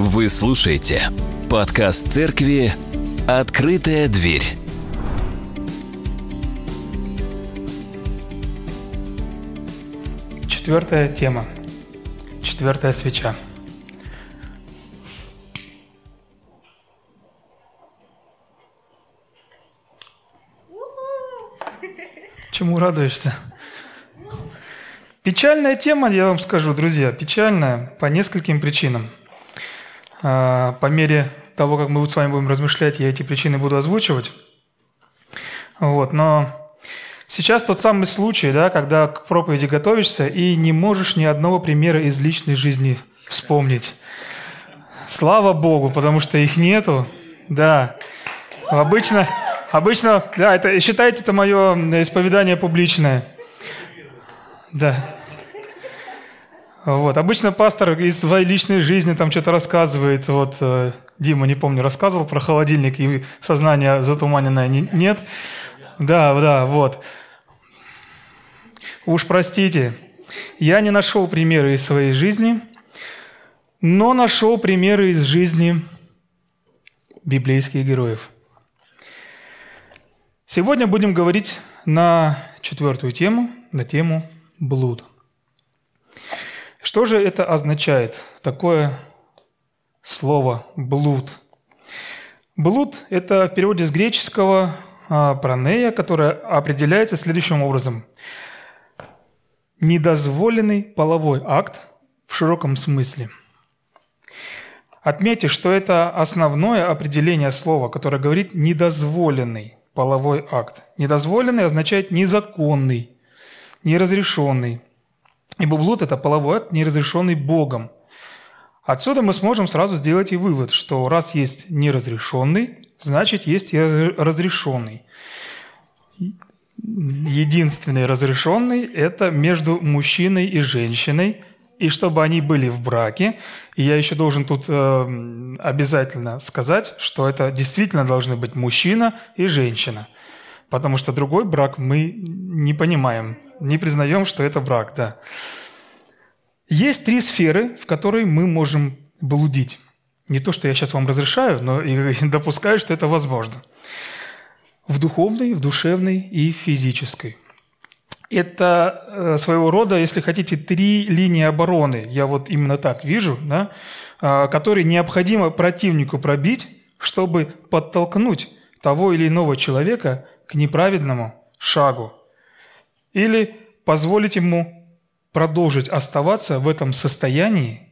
Вы слушаете подкаст церкви «Открытая дверь». Четвертая тема. Четвертая свеча. Чему радуешься? Печальная тема, я вам скажу, друзья, печальная по нескольким причинам. По мере того, как мы с вами будем размышлять, я эти причины буду озвучивать. Но сейчас тот самый случай, когда к проповеди готовишься и не можешь ни одного примера из личной жизни вспомнить. Слава Богу, потому что их нету. Да. Обычно, это считайте, это мое исповедание публичное. Да. Обычно пастор из своей личной жизни там что-то рассказывает. Дима, не помню, рассказывал про холодильник, и сознание затуманенное нет. Да. Уж простите, я не нашел примеры из своей жизни, но нашел примеры из жизни библейских героев. Сегодня будем говорить на четвертую тему, на тему блуд. Что же это означает, такое слово «блуд»? Блуд – это в переводе с греческого «пранея», которое определяется следующим образом. Недозволенный половой акт в широком смысле. Отметьте, что это основное определение слова, которое говорит «недозволенный половой акт». Недозволенный означает «незаконный», «неразрешенный». Ибо блуд – это половой акт, неразрешенный Богом. Отсюда мы сможем сразу сделать и вывод, что раз есть неразрешенный, значит, есть и разрешенный. Единственный разрешенный – это между мужчиной и женщиной, и чтобы они были в браке. И я еще должен тут обязательно сказать, что это действительно должны быть мужчина и женщина. Потому что другой брак мы не понимаем, не признаем, что это брак, да. Есть 3 сферы, в которые мы можем блудить. Не то, что я сейчас вам разрешаю, но и допускаю, что это возможно. В духовной, в душевной и физической. Это своего рода, если хотите, 3 линии обороны. Я именно так вижу, которые необходимо противнику пробить, чтобы подтолкнуть того или иного человека к неправедному шагу или позволить ему продолжить оставаться в этом состоянии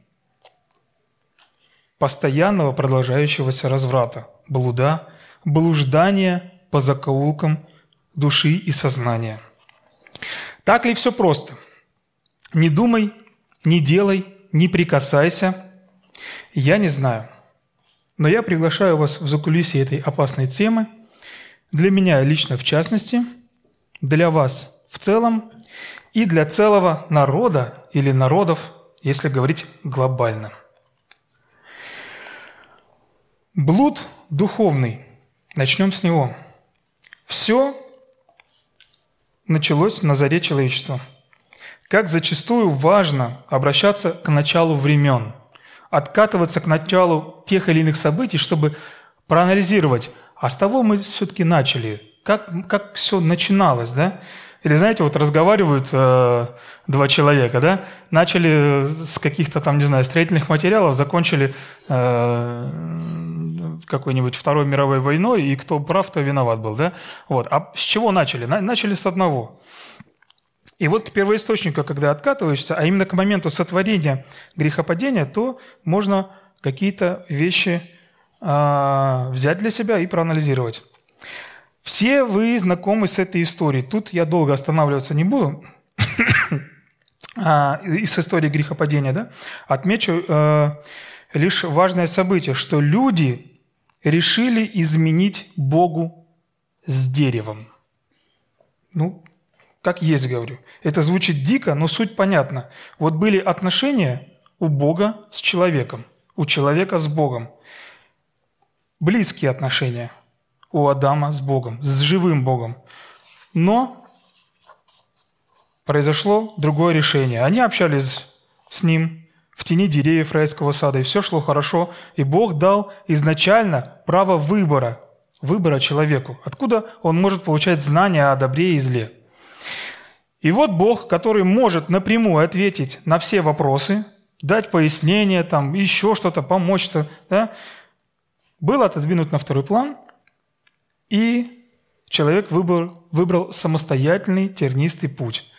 постоянного продолжающегося разврата, блуда, блуждания по закоулкам души и сознания. Так ли все просто? Не думай, не делай, не прикасайся. Я не знаю. Но я приглашаю вас в закулисье этой опасной темы, для меня лично в частности, для вас в целом и для целого народа или народов, если говорить глобально. Блуд духовный. Начнем с него. Все началось на заре человечества. Как зачастую важно обращаться к началу времен, откатываться к началу тех или иных событий, чтобы проанализировать, а с того мы все-таки начали, как все начиналось, да? Или, знаете, разговаривают 2 человека, начали с каких-то строительных материалов, закончили какой-нибудь Второй мировой войной, и кто прав, кто виноват был, да? А с чего начали? Начали с одного. И к первоисточнику, когда откатываешься, а именно к моменту сотворения грехопадения, то можно какие-то вещи взять для себя и проанализировать. Все вы знакомы с этой историей. Тут я долго останавливаться не буду. С историей грехопадения, да? Отмечу лишь важное событие, что люди решили изменить Богу с деревом. Как есть, говорю. Это звучит дико, но суть понятна. Были отношения у Бога с человеком, у человека с Богом. Близкие отношения у Адама с Богом, с живым Богом. Но произошло другое решение. Они общались с Ним в тени деревьев райского сада, и все шло хорошо, и Бог дал изначально право выбора человеку, откуда он может получать знания о добре и зле. И вот Бог, который может напрямую ответить на все вопросы, дать пояснение, там, еще что-то, помочь, да, был отодвинут на второй план, и человек выбрал самостоятельный тернистый путь.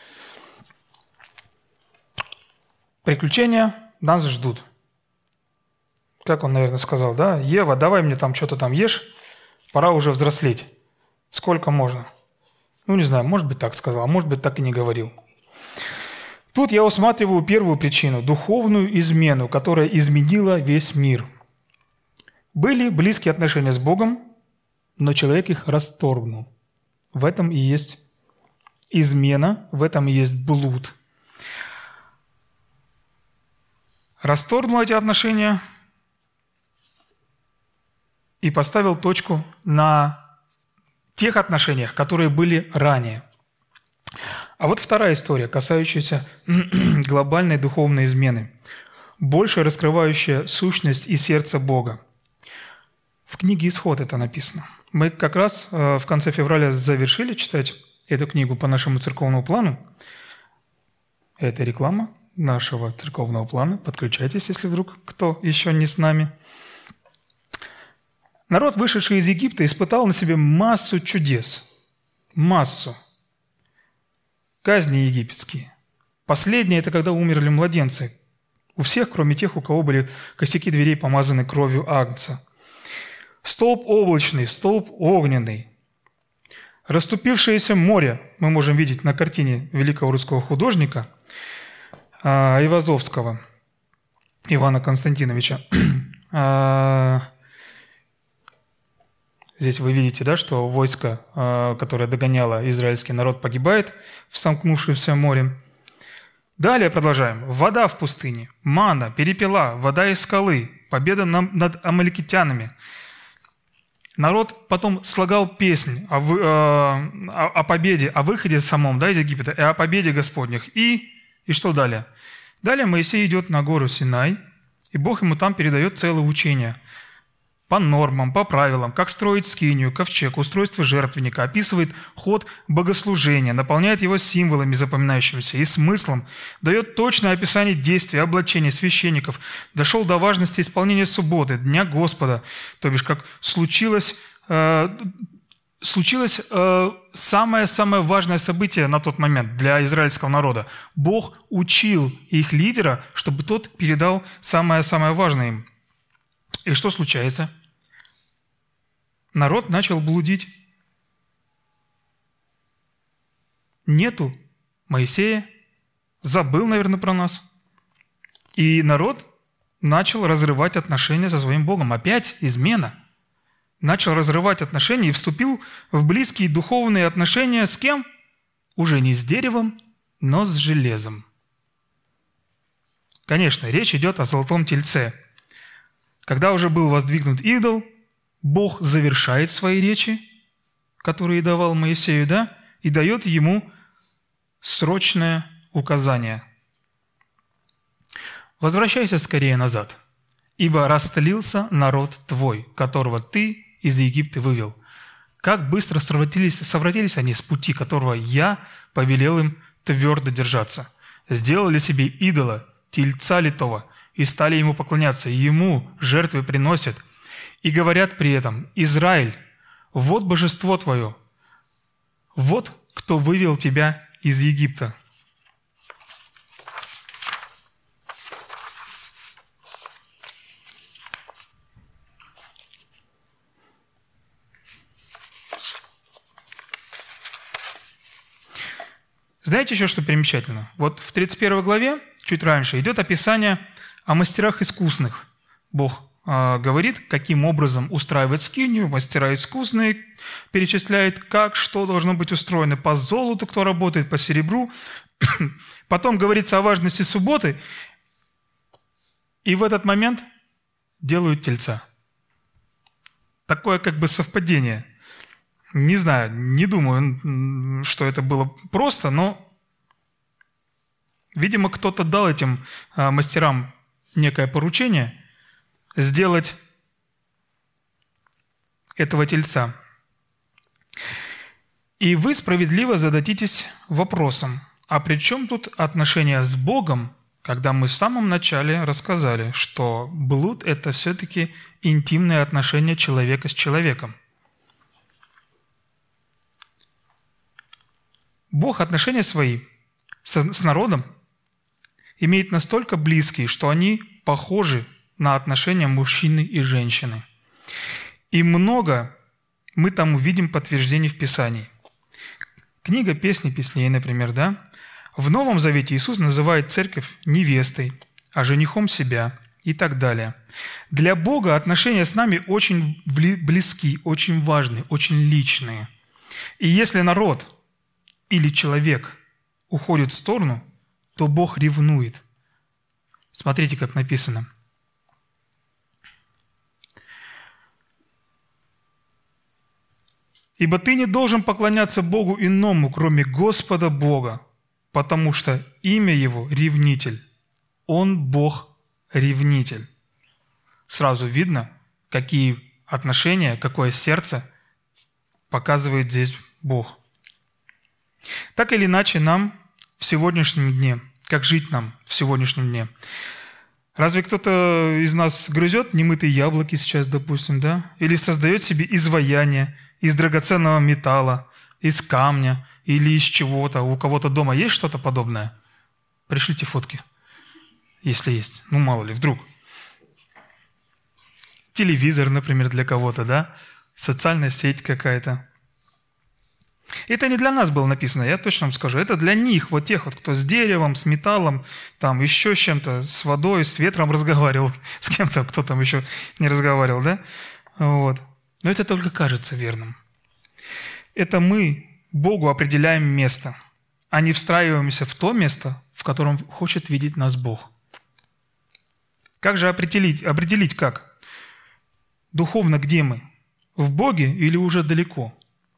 Приключения нас ждут. Как он, наверное, сказал, да? Ева, давай мне там что-то там ешь, пора уже взрослеть. Сколько можно? Ну, не знаю, может быть, так сказал, а может быть, так и не говорил. Тут я усматриваю первую причину – духовную измену, которая изменила весь мир. Были близкие отношения с Богом, но человек их расторгнул. В этом и есть измена, в этом и есть блуд. Расторгнул эти отношения и поставил точку на тех отношениях, которые были ранее. А вот вторая история, касающаяся глобальной духовной измены, больше раскрывающая сущность и сердце Бога. В книге «Исход» это написано. Мы как раз в конце февраля завершили читать эту книгу по нашему церковному плану. Это реклама нашего церковного плана. Подключайтесь, если вдруг кто еще не с нами. Народ, вышедший из Египта, испытал на себе массу чудес. Массу. Казни египетские. Последнее – это когда умерли младенцы. У всех, кроме тех, у кого были косяки дверей помазаны кровью агнца. Столб облачный, столб огненный. Расступившееся море мы можем видеть на картине великого русского художника Айвазовского Ивана Константиновича. Здесь вы видите, да, что войско, которое догоняло израильский народ, погибает в сомкнувшемся море. Далее продолжаем. Вода в пустыне, мана, перепела, вода из скалы, победа над амаликитянами. Народ потом слагал песнь о победе, о выходе самом, да, из Египта, и о победе Господних. И что далее? Далее Моисей идет на гору Синай, и Бог ему там передает целое учение по нормам, по правилам, как строить скинию, ковчег, устройство жертвенника, описывает ход богослужения, наполняет его символами запоминающимися и смыслом, дает точное описание действий, облачения священников, дошел до важности исполнения субботы, Дня Господа, то бишь как случилось самое важное событие на тот момент для израильского народа. Бог учил их лидера, чтобы тот передал самое важное им. И что случается? Народ начал блудить. Нету Моисея, забыл, наверное, про нас. И народ начал разрывать отношения со своим Богом. Опять измена. Начал разрывать отношения и вступил в близкие духовные отношения с кем? Уже не с деревом, но с железом. Конечно, речь идет о золотом тельце. Когда уже был воздвигнут идол, Бог завершает свои речи, которые давал Моисею, да, и дает ему срочное указание. «Возвращайся скорее назад, ибо растлился народ твой, которого ты из Египта вывел. Как быстро совратились они с пути, которого я повелел им твердо держаться. Сделали себе идола, тельца литого, и стали ему поклоняться, ему жертвы приносят, и говорят при этом: Израиль, вот божество твое, вот кто вывел тебя из Египта». Знаете еще, что примечательно? Вот в 31 главе, чуть раньше, идет описание о мастерах искусных. Бог говорит, каким образом устраивать скинию, мастера искусные, перечисляет, как, что должно быть устроено по золоту, кто работает, по серебру. Потом говорится о важности субботы, и в этот момент делают тельца. Такое как бы совпадение. Не знаю, не думаю, что это было просто, но, видимо, кто-то дал этим мастерам некое поручение сделать этого тельца. И вы справедливо зададитесь вопросом, а при чем тут отношения с Богом, когда мы в самом начале рассказали, что блуд – это все-таки интимные отношения человека с человеком. Бог отношения свои с народом имеет настолько близкие, что они похожи на отношения мужчины и женщины. И много мы там увидим подтверждений в Писании. Книга «Песни песней», например, да? В Новом Завете Иисус называет церковь невестой, а женихом себя и так далее. Для Бога отношения с нами очень близки, очень важны, очень личные. И если народ или человек уходит в сторону, то Бог ревнует. Смотрите, как написано. «Ибо ты не должен поклоняться Богу иному, кроме Господа Бога, потому что имя Его – Ревнитель. Он Бог Ревнитель». Сразу видно, какие отношения, какое сердце показывает здесь Бог. Так или иначе, нам в сегодняшнем дне, как жить нам в сегодняшнем дне? Разве кто-то из нас грызет немытые яблоки сейчас, допустим, да? Или создает себе изваяние из драгоценного металла, из камня или из чего-то? У кого-то дома есть что-то подобное? Пришлите фотки, если есть. Ну, мало ли, вдруг. Телевизор, например, для кого-то, да? Социальная сеть какая-то. Это не для нас было написано, я точно вам скажу. Это для них, вот тех, вот, кто с деревом, с металлом, там еще с чем-то, с водой, с ветром разговаривал, с кем-то, кто там еще не разговаривал, да? Вот. Но это только кажется верным. Это мы Богу определяем место, а не встраиваемся в то место, в котором хочет видеть нас Бог. Как же определить? Определить как? Духовно где мы? В Боге или уже далеко?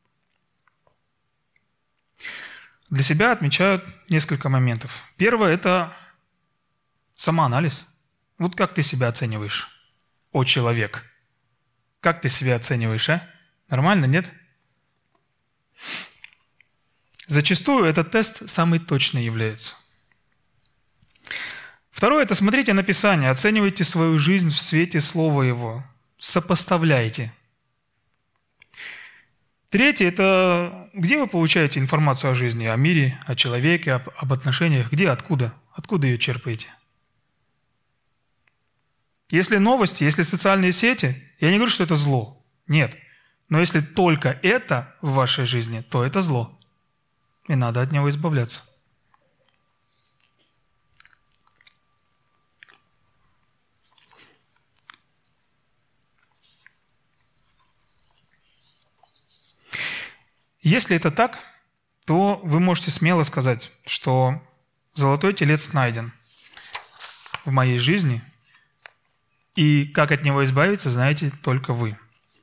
Для себя отмечают несколько моментов. Первое – это самоанализ. Вот как ты себя оцениваешь, о человек? Как ты себя оцениваешь, а? Нормально, нет? Зачастую этот тест самый точный является. Второе – это смотрите на Писание, оценивайте свою жизнь в свете Слова Его, сопоставляйте. Третье – это где вы получаете информацию о жизни, о мире, о человеке, об отношениях? Где, откуда? Откуда ее черпаете? Если новости, если социальные сети, я не говорю, что это зло. Нет. Но если только это в вашей жизни, то это зло. И надо от него избавляться. Если это так, то вы можете смело сказать, что золотой телец найден в моей жизни, и как от него избавиться, знаете только вы.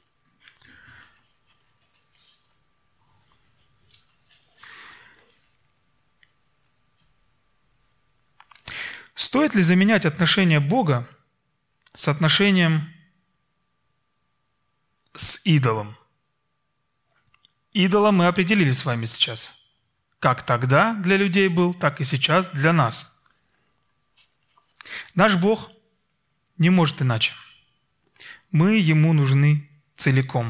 Стоит ли заменять отношение Бога с отношением с идолом? Идола мы определили с вами сейчас. Как тогда для людей был, так и сейчас для нас. Наш Бог не может иначе. Мы Ему нужны целиком.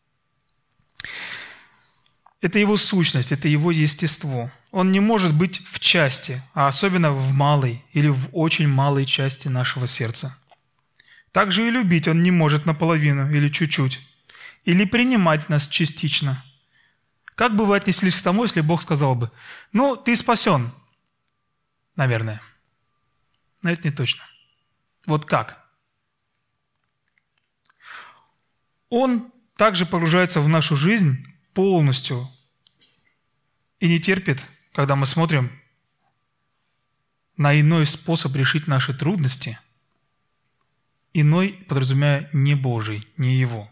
Это Его сущность, это Его естество. Он не может быть в части, а особенно в малой или в очень малой части нашего сердца. Также и любить Он не может наполовину или чуть-чуть, или принимать нас частично. Как бы вы отнеслись к тому, если Бог сказал бы: «Ну, ты спасен», наверное. Но это не точно. Вот как? Он также погружается в нашу жизнь полностью и не терпит, когда мы смотрим на иной способ решить наши трудности, иной, подразумевая, не Божий, не Его.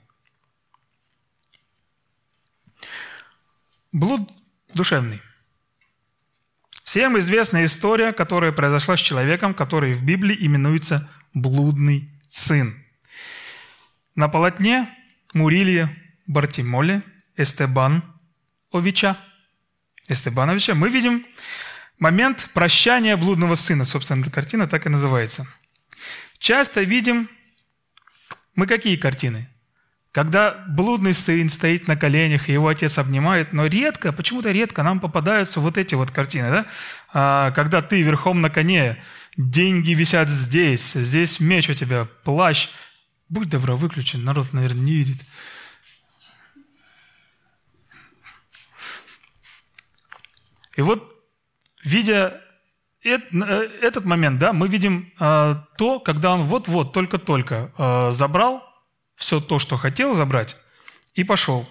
Блуд душевный. Всем известна история, которая произошла с человеком, который в Библии именуется блудный сын. На полотне Мурилья Бартимоле Эстебановича мы видим момент прощания блудного сына. Собственно, эта картина так и называется. Часто видим мы какие картины? Когда блудный сын стоит на коленях, и его отец обнимает, но редко, почему-то редко нам попадаются вот эти вот картины, да? Когда ты верхом на коне, деньги висят здесь, здесь меч у тебя, плащ. Будь добра, выключен, народ, наверное, не видит. И вот, видя этот момент, да, мы видим то, когда он вот-вот, только-только забрал все то, что хотел забрать, и пошел.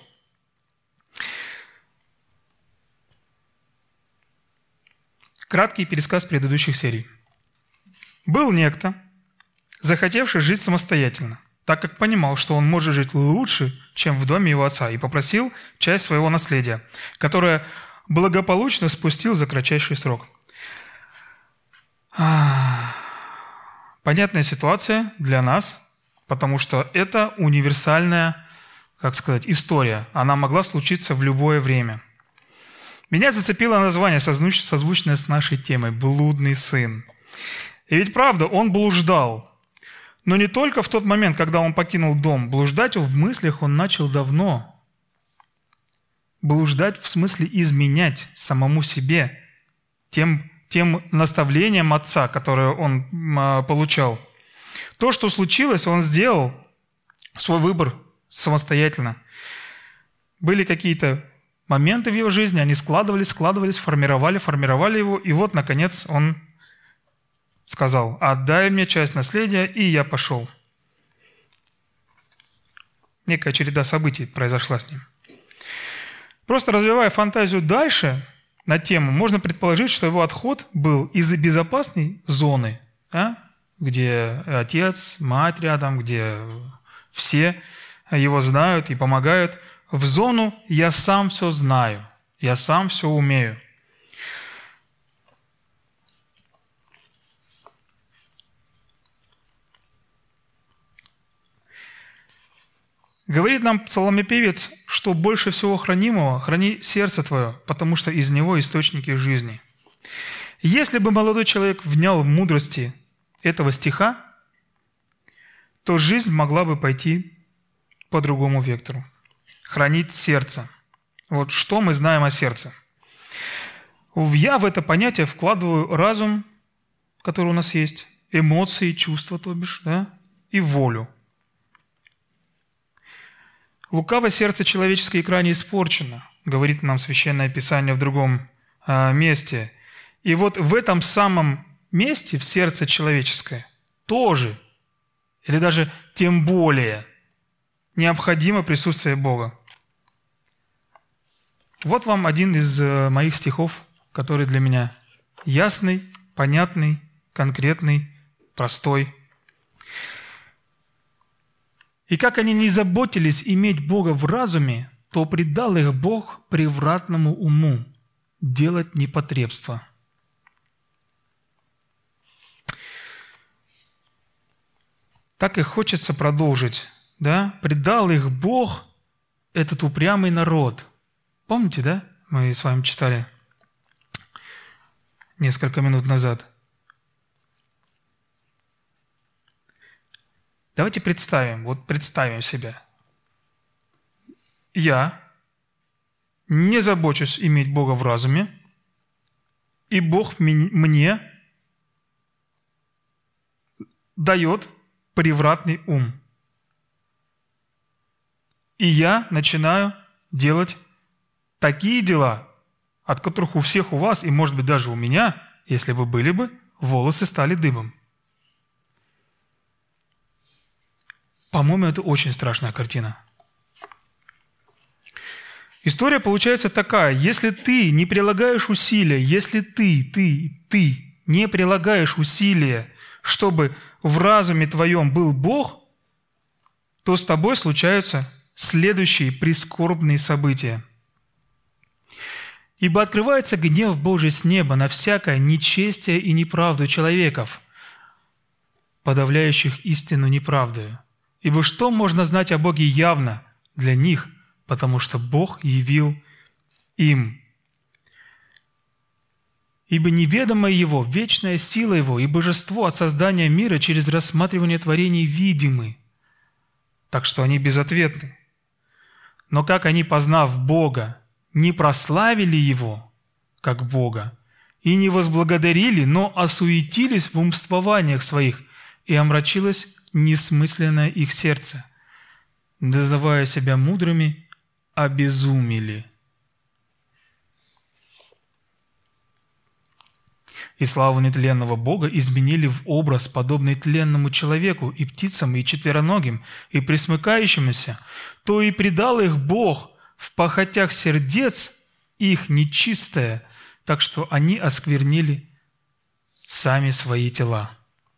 Краткий пересказ предыдущих серий. Был некто, захотевший жить самостоятельно, так как понимал, что он может жить лучше, чем в доме его отца, и попросил часть своего наследия, которое благополучно спустил за кратчайший срок. Понятная ситуация для нас, потому что это универсальная, история. Она могла случиться в любое время. Меня зацепило название, созвучное с нашей темой «Блудный сын». И ведь правда, он блуждал. Но не только в тот момент, когда он покинул дом. Блуждать в мыслях он начал давно. Блуждать в смысле изменять самому себе тем наставлением отца, которое он получал. То, что случилось, он сделал свой выбор самостоятельно. Были какие-то моменты в его жизни, они складывались, формировали его, и вот, наконец, он сказал: «Отдай мне часть наследия», и я пошел. Некая череда событий произошла с ним. Просто развивая фантазию дальше на тему, можно предположить, что его отход был из безопасной зоны, где отец, мать рядом, где все его знают и помогают, в зону «я сам все знаю, я сам все умею». Говорит нам псалмопевец, что больше всего хранимого храни сердце твое, потому что из него источники жизни. Если бы молодой человек внял мудрости этого стиха, то жизнь могла бы пойти по другому вектору. Хранить сердце. Вот что мы знаем о сердце. Я в это понятие вкладываю разум, который у нас есть, эмоции, чувства, то бишь, и волю. «Лукаво сердце человеческое и крайне испорчено», говорит нам Священное Писание в другом месте. И вот в этом самом месте, в сердце человеческое, тоже, или даже тем более, необходимо присутствие Бога. Вот вам один из моих стихов, который для меня ясный, понятный, конкретный, простой. «И как они не заботились иметь Бога в разуме, то предал их Бог превратному уму делать непотребство». Так и хочется продолжить, «Предал их Бог, этот упрямый народ». Помните, да? Мы с вами читали несколько минут назад. Давайте представим себя. Я не забочусь иметь Бога в разуме, и Бог мне дает превратный ум. И я начинаю делать такие дела, от которых у всех у вас, и, может быть, даже у меня, если вы были бы, волосы стали дыбом. По-моему, это очень страшная картина. История получается такая: если ты не прилагаешь усилия, если ты не прилагаешь усилия, чтобы в разуме твоем был Бог, то с тобой случаются следующие прискорбные события. «Ибо открывается гнев Божий с неба на всякое нечестие и неправду человеков». подавляющих истину неправдою. Ибо что можно знать о Боге явно для них, потому что Бог явил им. Ибо неведомое Его, вечная сила Его и божество от создания мира через рассматривание творений видимы, так что они безответны. Но как они, познав Бога, не прославили Его, как Бога, и не возблагодарили, но осуетились в умствованиях своих, и омрачилось несмысленное их сердце, называя себя мудрыми, обезумели. И славу нетленного Бога изменили в образ, подобный тленному человеку, и птицам, и четвероногим, и пресмыкающимся, то и предал их Бог в похотях сердец их нечистое, так что они осквернили сами свои тела.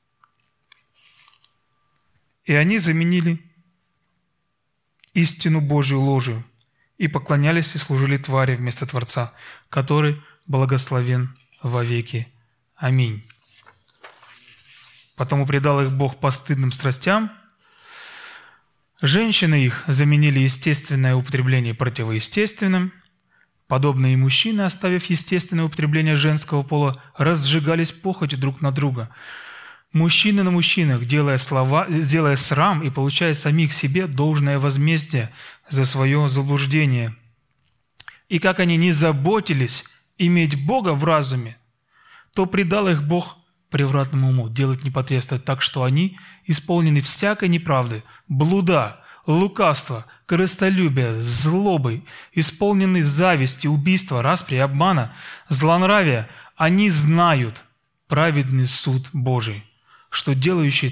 И они заменили истину Божию ложью, и поклонялись и служили твари вместо Творца, который благословен вовеки. Аминь. Потому предал их Бог постыдным страстям. Женщины их заменили естественное употребление противоестественным. Подобные мужчины, оставив естественное употребление женского пола, разжигались похотью друг на друга. Мужчины на мужчинах, делая срам и получая самих себе должное возмездие за свое заблуждение. И как они не заботились иметь Бога в разуме, то предал их Бог превратному уму делать непотребство, так что они исполнены всякой неправды, блуда, лукавства, корыстолюбия, злобы, исполнены зависти, убийства, распри, обмана, злонравия. Они знают праведный суд Божий, что делающие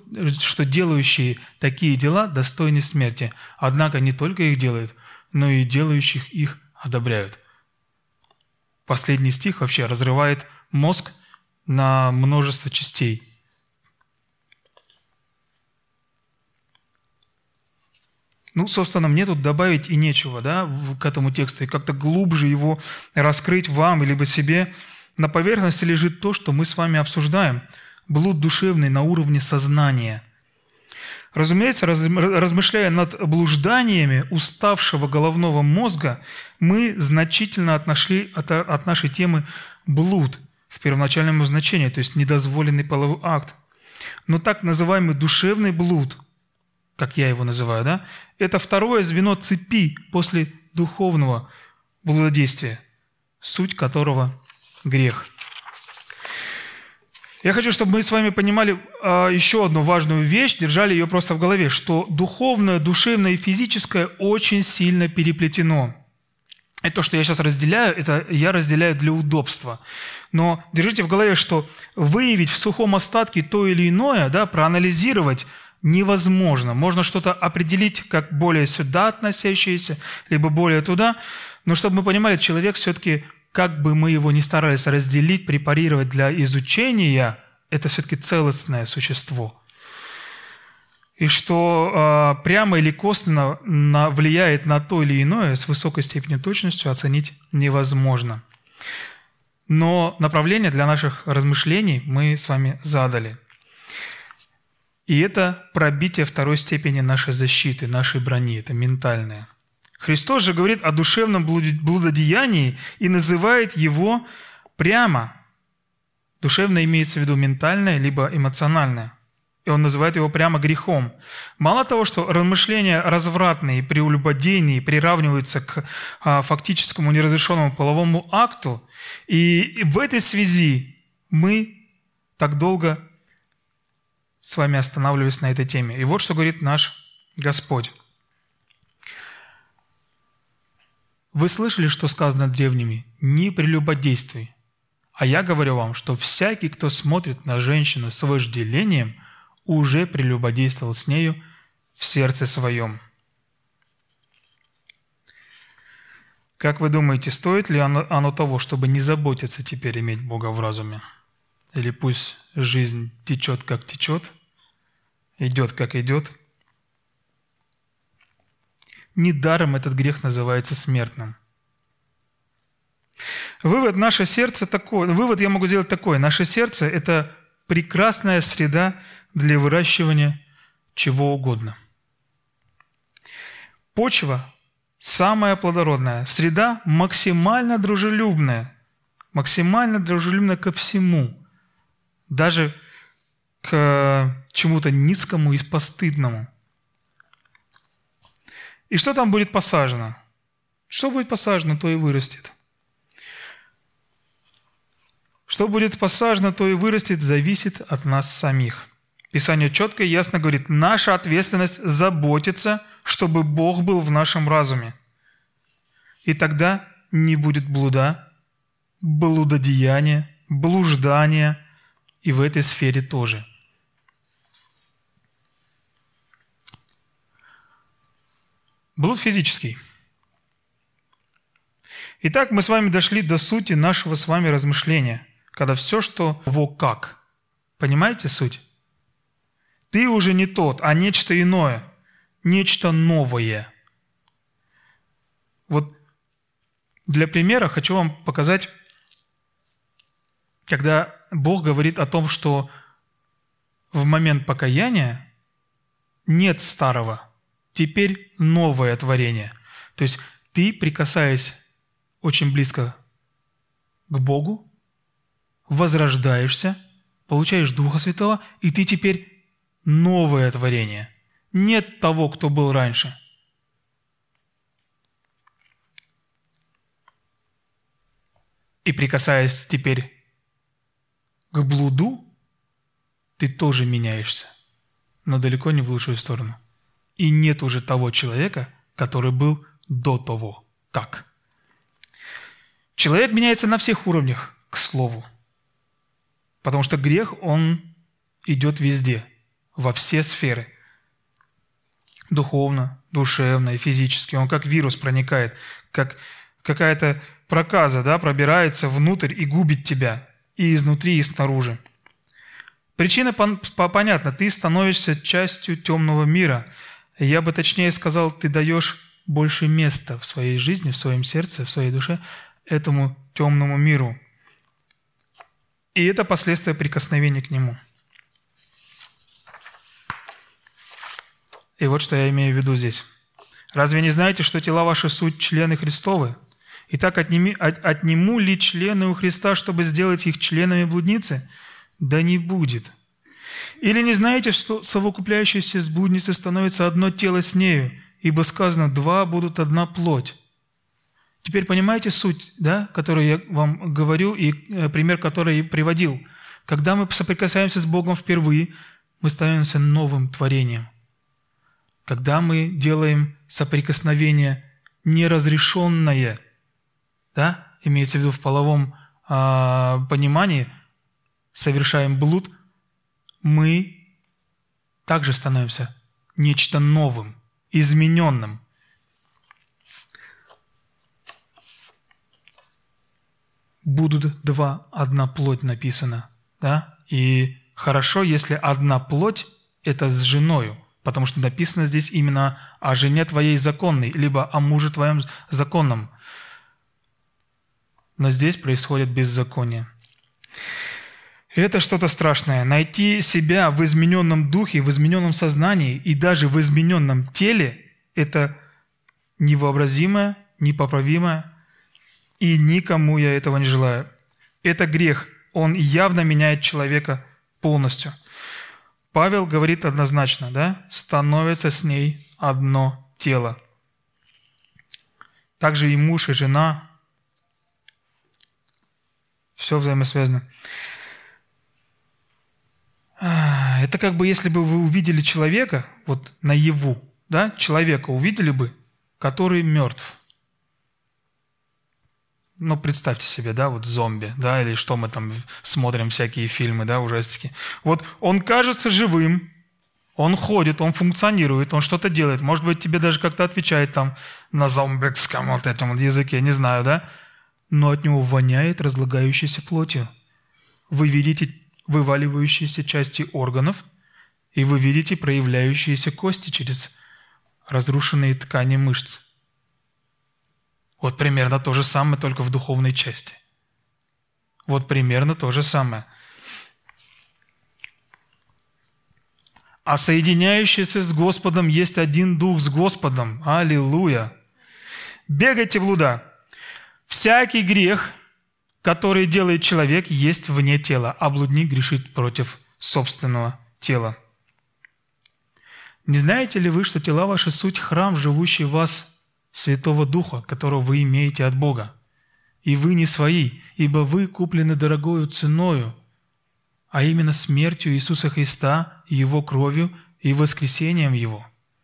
такие дела достойны смерти. Однако не только их делают, но и делающих их одобряют. Последний стих вообще разрывает мозг на множество частей. Собственно, мне тут добавить и нечего, к этому тексту, и как-то глубже его раскрыть вам, либо себе. На поверхности лежит то, что мы с вами обсуждаем. Блуд душевный на уровне сознания. Разумеется, размышляя над блужданиями уставшего головного мозга, мы значительно отошли от нашей темы блуд в первоначальном значении, то есть недозволенный половой акт. Но так называемый душевный блуд, как я его называю, это второе звено цепи после духовного блудодействия, суть которого – грех. Я хочу, чтобы мы с вами понимали еще одну важную вещь, держали ее просто в голове, что духовное, душевное и физическое очень сильно переплетено. И то, что я сейчас разделяю, это я разделяю для удобства. Но держите в голове, что выявить в сухом остатке то или иное, проанализировать невозможно. Можно что-то определить как более сюда относящееся, либо более туда. Но чтобы мы понимали, человек все-таки, как бы мы его ни старались разделить, препарировать для изучения, это все-таки целостное существо. И что прямо или косвенно влияет на то или иное, с высокой степенью точности оценить невозможно. Но направление для наших размышлений мы с вами задали. И это пробитие второй степени нашей защиты, нашей брони, это ментальное. Христос же говорит о душевном блудодеянии и называет его прямо. Душевное имеется в виду ментальное, либо эмоциональное. И он называет его прямо грехом. Мало того, что размышления развратные при прелюбодеянии приравниваются к фактическому неразрешенному половому акту, и в этой связи мы так долго с вами останавливались на этой теме. И вот что говорит наш Господь. Вы слышали, что сказано древними? Не прелюбодействуй. А я говорю вам, что всякий, кто смотрит на женщину с вожделением, уже прелюбодействовал с нею в сердце своем. Как вы думаете, стоит ли оно того, чтобы не заботиться теперь иметь Бога в разуме? Или пусть жизнь течет, как течет, идет, как идет? Недаром этот грех называется смертным. Вывод я могу сделать такой. Наше сердце – это прекрасная среда для выращивания чего угодно. Почва самая плодородная, среда максимально дружелюбная ко всему, даже к чему-то низкому и постыдному. И что там будет посажено? Что будет посажено, то и вырастет. Что будет посажено, то и вырастет, зависит от нас самих. Писание четко и ясно говорит, наша ответственность заботиться, чтобы Бог был в нашем разуме. И тогда не будет блуда, блудодеяния, блуждания, и в этой сфере тоже. Блуд физический. Итак, мы с вами дошли до сути нашего с вами размышления, когда все, что во как. Понимаете суть? Ты уже не тот, а нечто иное, нечто новое. Вот для примера хочу вам показать, когда Бог говорит о том, что в момент покаяния нет старого, теперь новое творение. То есть ты, прикасаясь очень близко к Богу, возрождаешься, получаешь Духа Святого, и ты теперь новое творение. Нет того, кто был раньше. И прикасаясь теперь к блуду, ты тоже меняешься, но далеко не в лучшую сторону. И нет уже того человека, который был до того. Как? Человек меняется на всех уровнях, к слову. Потому что грех, он идет везде, во все сферы. Духовно, душевно и физически. Он как вирус проникает, как какая-то проказа, да, пробирается внутрь и губит тебя и изнутри, и снаружи. Причина понятна. Ты становишься частью темного мира. Я бы точнее сказал, ты даешь больше места в своей жизни, в своем сердце, в своей душе этому темному миру. И это последствия прикосновения к нему. И вот что я имею в виду здесь. Разве не знаете, что тела ваши суть члены Христовы? Итак, отниму ли члены у Христа, чтобы сделать их членами блудницы? Да не будет. Или не знаете, что совокупляющиеся с блудницей становится одно тело с нею, ибо сказано, два будут одна плоть. Теперь понимаете суть, да, которую я вам говорю, и пример, который я приводил. Когда мы соприкасаемся с Богом впервые, мы становимся новым творением. Когда мы делаем соприкосновение неразрешенное, да, имеется в виду в половом понимании, совершаем блуд, мы также становимся нечто новым, измененным. Будут два, одна плоть написано, да? И хорошо, если одна плоть – это с женою, потому что написано здесь именно о жене твоей законной, либо о муже твоем законном. Но здесь происходит беззаконие. Это что-то страшное. Найти себя в измененном духе, в измененном сознании и даже в измененном теле – это невообразимое, непоправимое, и никому я этого не желаю. Это грех. Он явно меняет человека полностью. Павел говорит однозначно, да? Становится с ней одно тело. Также и муж, и жена. Все взаимосвязано. Это как бы если бы вы увидели человека, вот наяву, да, человека увидели бы, который мертв. Ну, представьте себе, да, вот зомби, да, или что мы там смотрим, всякие фильмы, да, ужастики. Вот он кажется живым, он ходит, он функционирует, он что-то делает. Может быть, тебе даже как-то отвечает там на зомбикском вот этом вот языке, не знаю, да. Но от него воняет разлагающейся плотью. Вы видите вываливающиеся части органов, и вы видите проявляющиеся кости через разрушенные ткани мышц. Вот примерно то же самое, только в духовной части. Вот примерно то же самое. А соединяющийся с Господом есть один дух с Господом. Аллилуйя! Бегайте блуда. Всякий грех, который делает человек, есть вне тела, а блудник грешит против собственного тела. Не знаете ли вы, что тела ваши суть храм, живущий в вас Святого Духа, которого вы имеете от Бога? И вы не свои, ибо вы куплены дорогою ценою, а именно смертью Иисуса Христа, Его кровью и воскресением Его.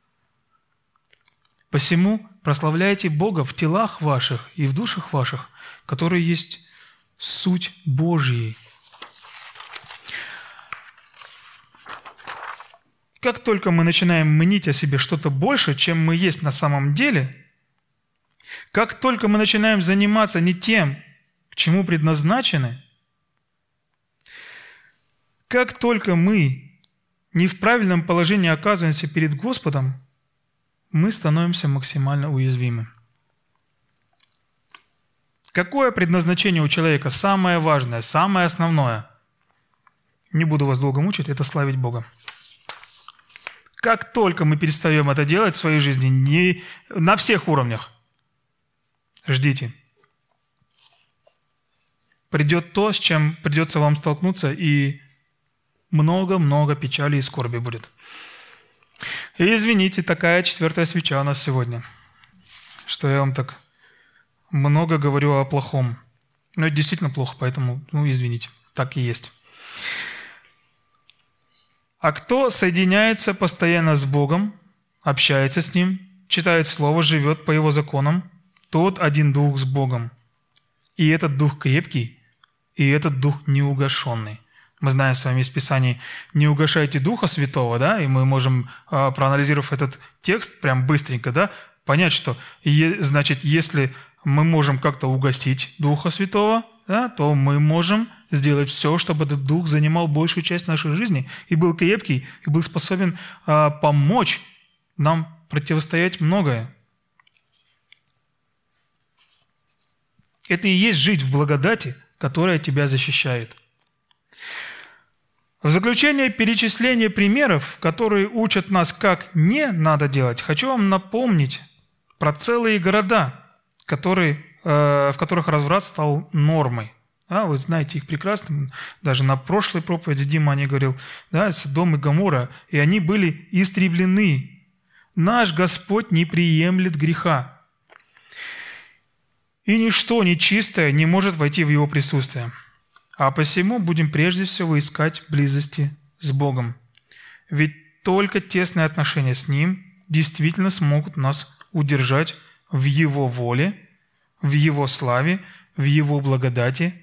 Посему прославляйте Бога в телах ваших и в душах ваших, которые есть суть Божьей. Как только мы начинаем мнить о себе что-то больше, чем мы есть на самом деле, как только мы начинаем заниматься не тем, к чему предназначены, как только мы не в правильном положении оказываемся перед Господом, мы становимся максимально уязвимы. Какое предназначение у человека самое важное, самое основное? Не буду вас долго мучить, это славить Бога. Как только мы перестаем это делать в своей жизни, не на всех уровнях, ждите. Придет то, с чем придется вам столкнуться, и много-много печали и скорби будет. И извините, такая 4-я свеча у нас сегодня, что я вам так много говорю о плохом. Но это действительно плохо, поэтому, извините, так и есть. А кто соединяется постоянно с Богом, общается с Ним, читает Слово, живет по Его законам, тот один дух с Богом. И этот дух крепкий, и этот дух неугашенный. Мы знаем с вами из Писаний, не угашайте Духа Святого, да, и мы можем, проанализировав этот текст прям быстренько, да, понять, что, значит, если мы можем как-то угасить Духа Святого, да, то мы можем сделать все, чтобы этот Дух занимал большую часть нашей жизни и был крепкий, и был способен помочь нам противостоять многое. Это и есть жить в благодати, которая тебя защищает. В заключение перечисления примеров, которые учат нас, как не надо делать, хочу вам напомнить про целые города, в которых разврат стал нормой. Вы знаете их прекрасно. Даже на прошлой проповеди Дима о ней говорил. Содом и Гоморра. И они были истреблены. Наш Господь не приемлет греха. И ничто нечистое не может войти в Его присутствие. А посему будем прежде всего искать близости с Богом. Ведь только тесные отношения с Ним действительно смогут нас удержать в Его воле, в Его славе, в Его благодати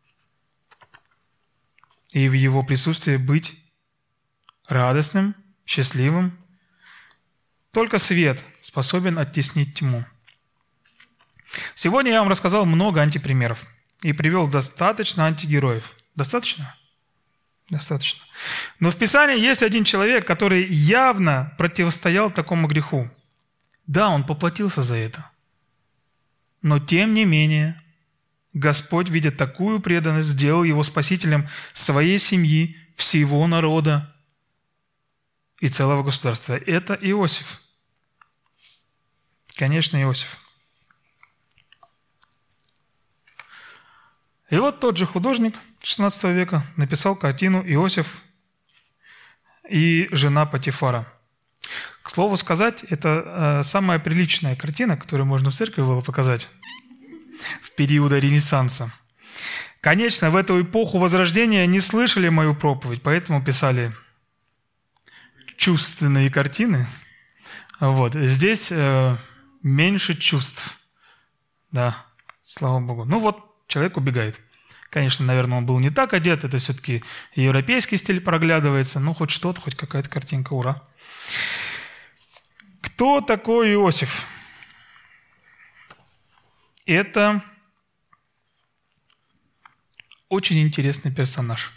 и в Его присутствии быть радостным, счастливым. Только свет способен оттеснить тьму. Сегодня я вам рассказал много антипримеров и привел достаточно антигероев. Достаточно? Достаточно. Но в Писании есть один человек, который явно противостоял такому греху. Да, он поплатился за это. Но тем не менее, Господь, видя такую преданность, сделал его спасителем своей семьи, всего народа и целого государства. Это Иосиф. Конечно, Иосиф. И вот тот же художник XVI века написал картину «Иосиф и жена Потифара». К слову сказать, это самая приличная картина, которую можно в церкви было показать в периоды Ренессанса. Конечно, в эту эпоху Возрождения не слышали мою проповедь, поэтому писали чувственные картины. Здесь меньше чувств. Да, слава Богу. Человек убегает. Конечно, наверное, он был не так одет, это все-таки европейский стиль проглядывается, хоть что-то, хоть какая-то картинка, ура. Кто такой Иосиф? Это очень интересный персонаж.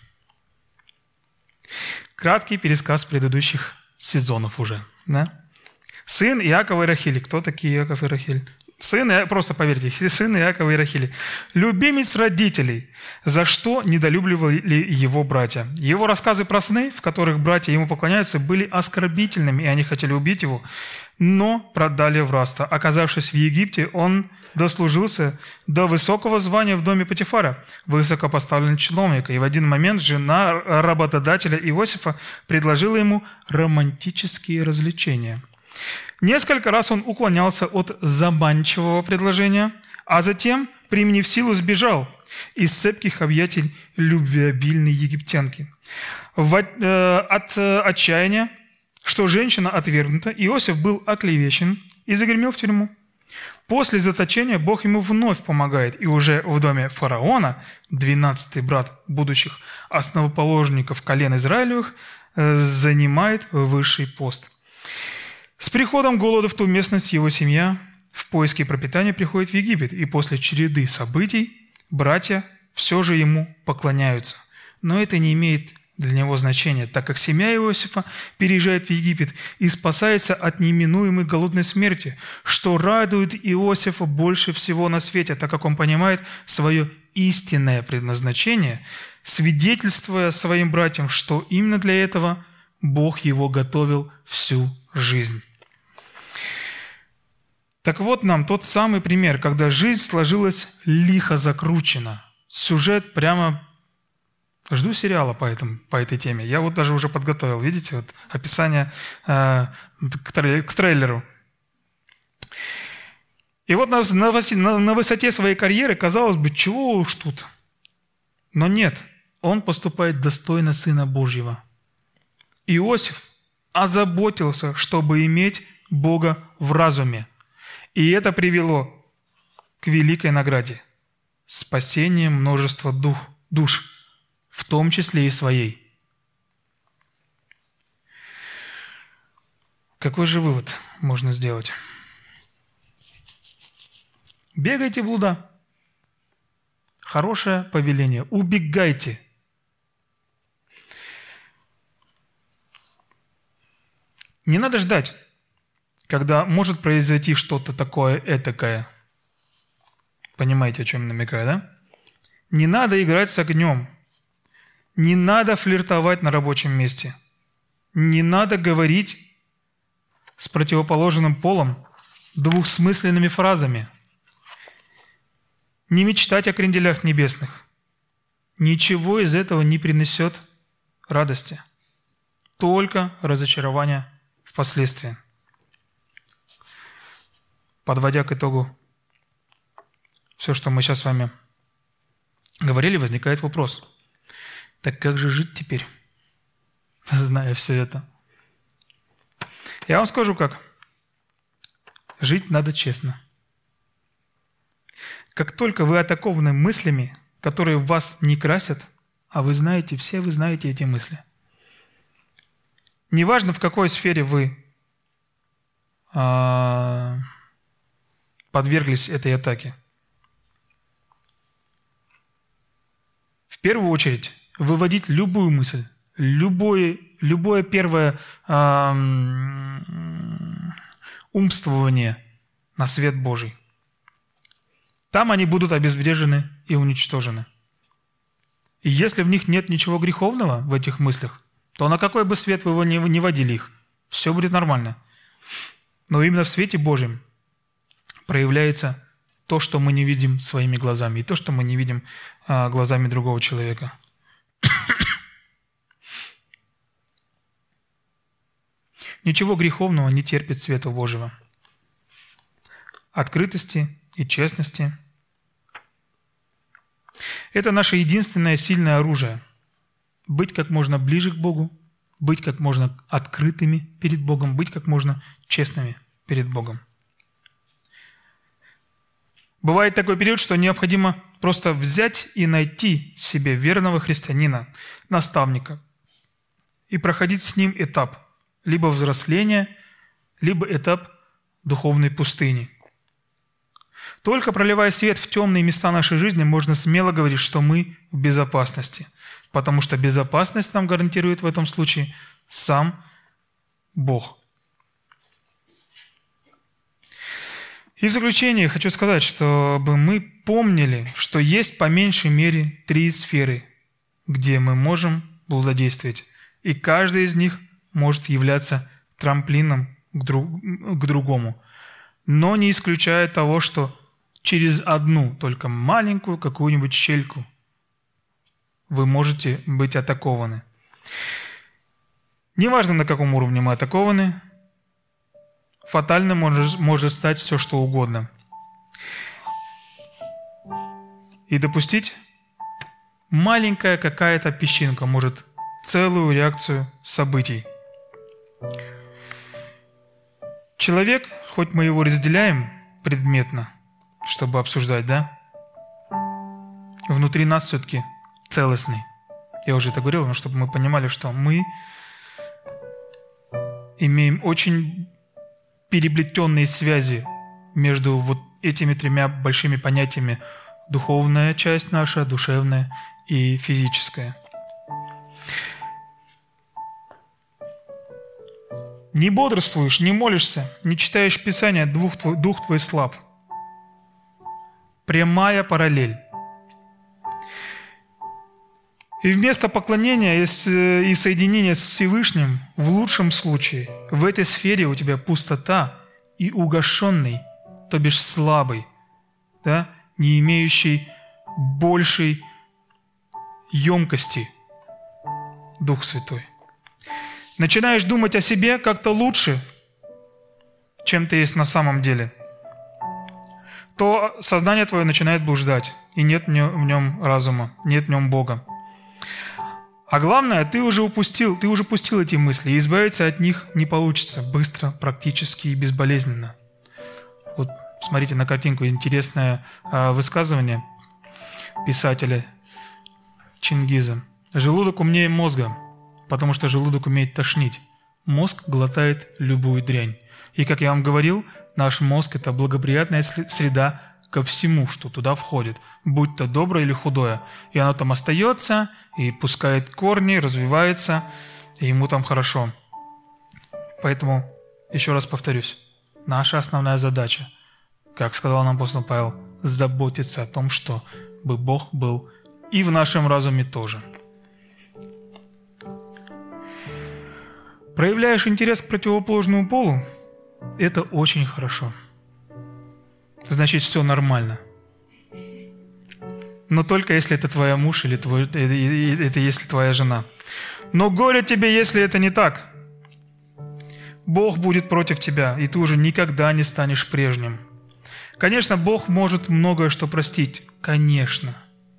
Краткий пересказ предыдущих сезонов уже. Да? Сын Иакова и Рахили. Кто такие Иаков и Рахиль? просто поверьте, сын Иакова и Рахили, любимец родителей, за что недолюбливали его братья. Его рассказы про сны, в которых братья ему поклоняются, были оскорбительными, и они хотели убить его, но продали в рабство. Оказавшись в Египте, он дослужился до высокого звания в доме Потифара, высокопоставленного чиновника. И в один момент жена работодателя Иосифа предложила ему романтические развлечения. Несколько раз он уклонялся от заманчивого предложения, а затем, применив силу, сбежал из цепких объятий любвеобильной египтянки. От отчаяния, что женщина отвергнута, Иосиф был оклевещен и загремел в тюрьму. После заточения Бог ему вновь помогает, и уже в доме фараона, 12-й брат будущих основоположников колен Израилевых, занимает высший пост. С приходом голода в ту местность его семья в поиске пропитания приходит в Египет, и после череды событий братья все же ему поклоняются. Но это не имеет для него значения, так как семья Иосифа переезжает в Египет и спасается от неминуемой голодной смерти, что радует Иосифа больше всего на свете, так как он понимает свое истинное предназначение, свидетельствуя своим братьям, что именно для этого Бог его готовил всю жизнь. Так вот нам тот самый пример, когда жизнь сложилась лихо закручена. Сюжет прямо... Жду сериала по этой теме. Я вот даже уже подготовил, видите, вот описание к трейлеру. И вот на высоте своей карьеры, казалось бы, чего уж тут. Но нет, он поступает достойно Сына Божьего. Иосиф озаботился, чтобы иметь Бога в разуме. И это привело к великой награде – спасению множества душ, в том числе и своей. Какой же вывод можно сделать? Бегайте в блуда. Хорошее повеление. Убегайте. Не надо ждать, когда может произойти что-то такое этакое. Понимаете, о чем я намекаю, да? Не надо играть с огнем. Не надо флиртовать на рабочем месте. Не надо говорить с противоположным полом двухсмысленными фразами. Не мечтать о кренделях небесных. Ничего из этого не принесет радости. Только разочарование впоследствии. Подводя к итогу все, что мы сейчас с вами говорили, возникает вопрос. Так как же жить теперь, зная все это? Я вам скажу как. Жить надо честно. Как только вы атакованы мыслями, которые вас не красят, а вы знаете, все вы знаете эти мысли. Неважно, в какой сфере вы подверглись этой атаке. В первую очередь, выводить любую мысль, любое первое умствование на свет Божий. Там они будут обезврежены и уничтожены. И если в них нет ничего греховного, в этих мыслях, то на какой бы свет вы не водили их, все будет нормально. Но именно в свете Божьем проявляется то, что мы не видим своими глазами, и то, что мы не видим глазами другого человека. Ничего греховного не терпит света Божьего. Открытости и честности – это наше единственное сильное оружие. Быть как можно ближе к Богу, быть как можно открытыми перед Богом, быть как можно честными перед Богом. Бывает такой период, что необходимо просто взять и найти себе верного христианина, наставника, и проходить с ним этап либо взросления, либо этап духовной пустыни. Только проливая свет в темные места нашей жизни, можно смело говорить, что мы в безопасности, потому что безопасность нам гарантирует в этом случае сам Бог. И в заключение хочу сказать, чтобы мы помнили, что есть по меньшей мере 3 сферы, где мы можем блудодействовать. И каждая из них может являться трамплином к другому. Но не исключая того, что через одну, только маленькую какую-нибудь щельку вы можете быть атакованы. Неважно, на каком уровне мы атакованы, фатально может стать все, что угодно. И допустить маленькая какая-то песчинка может целую реакцию событий. Человек, хоть мы его разделяем предметно, чтобы обсуждать, да? Внутри нас все-таки целостный. Я уже это говорил, но чтобы мы понимали, что мы имеем очень переплетенные связи между вот этими 3 большими понятиями: духовная часть наша, душевная и физическая. Не бодрствуешь, не молишься, не читаешь Писания, дух твой слаб. Прямая параллель. И вместо поклонения и соединения с Всевышним, в лучшем случае, в этой сфере у тебя пустота и угашенный, то бишь слабый, да, не имеющий большей емкости Дух Святой. Начинаешь думать о себе как-то лучше, чем ты есть на самом деле, то сознание твое начинает блуждать, и нет в нем разума, нет в нем Бога. А главное, ты уже пустил эти мысли, и избавиться от них не получится быстро, практически и безболезненно. Вот смотрите на картинку, интересное высказывание писателя Чингиза. Желудок умнее мозга, потому что желудок умеет тошнить. Мозг глотает любую дрянь. И, как я вам говорил, наш мозг – это благоприятная среда ко всему, что туда входит, будь то доброе или худое. И оно там остается, и пускает корни, развивается, и ему там хорошо. Поэтому, еще раз повторюсь, наша основная задача, как сказал нам апостол Павел, заботиться о том, чтобы Бог был и в нашем разуме тоже. Проявляешь интерес к противоположному полу – это очень хорошо. Значит, все нормально. Но только если это твой муж или это если твоя жена. Но горе тебе, если это не так. Бог будет против тебя, и ты уже никогда не станешь прежним. Конечно, Бог может многое что простить. Конечно.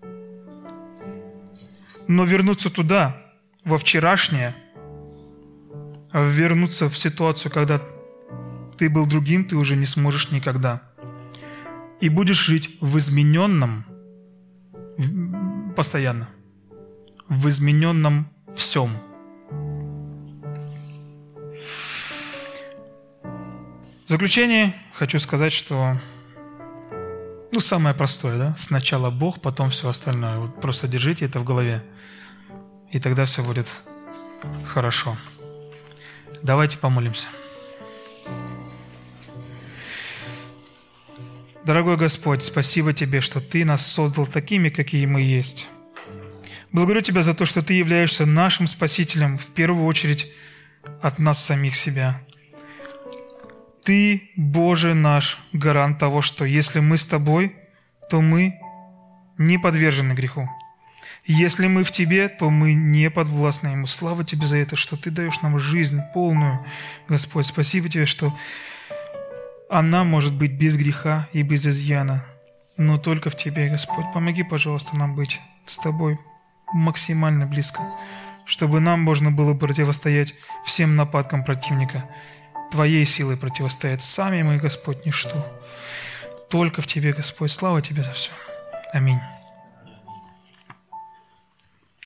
Но вернуться туда, во вчерашнее, вернуться в ситуацию, когда ты был другим, ты уже не сможешь никогда. И будешь жить в измененном постоянно. В измененном всем. В заключение хочу сказать, что самое простое, да? Сначала Бог, потом все остальное. Вот просто держите это в голове. И тогда все будет хорошо. Давайте помолимся. Дорогой Господь, спасибо Тебе, что Ты нас создал такими, какие мы есть. Благодарю Тебя за то, что Ты являешься нашим Спасителем, в первую очередь, от нас самих себя. Ты, Боже наш, гарант того, что если мы с Тобой, то мы не подвержены греху. Если мы в Тебе, то мы не подвластны Ему. Слава Тебе за это, что Ты даешь нам жизнь полную. Господь, спасибо Тебе, что она может быть без греха и без изъяна, но только в Тебе, Господь. Помоги, пожалуйста, нам быть с Тобой максимально близко, чтобы нам можно было противостоять всем нападкам противника. Твоей силой противостоять. Сами мы, Господь, ничто. Только в Тебе, Господь. Слава Тебе за все. Аминь.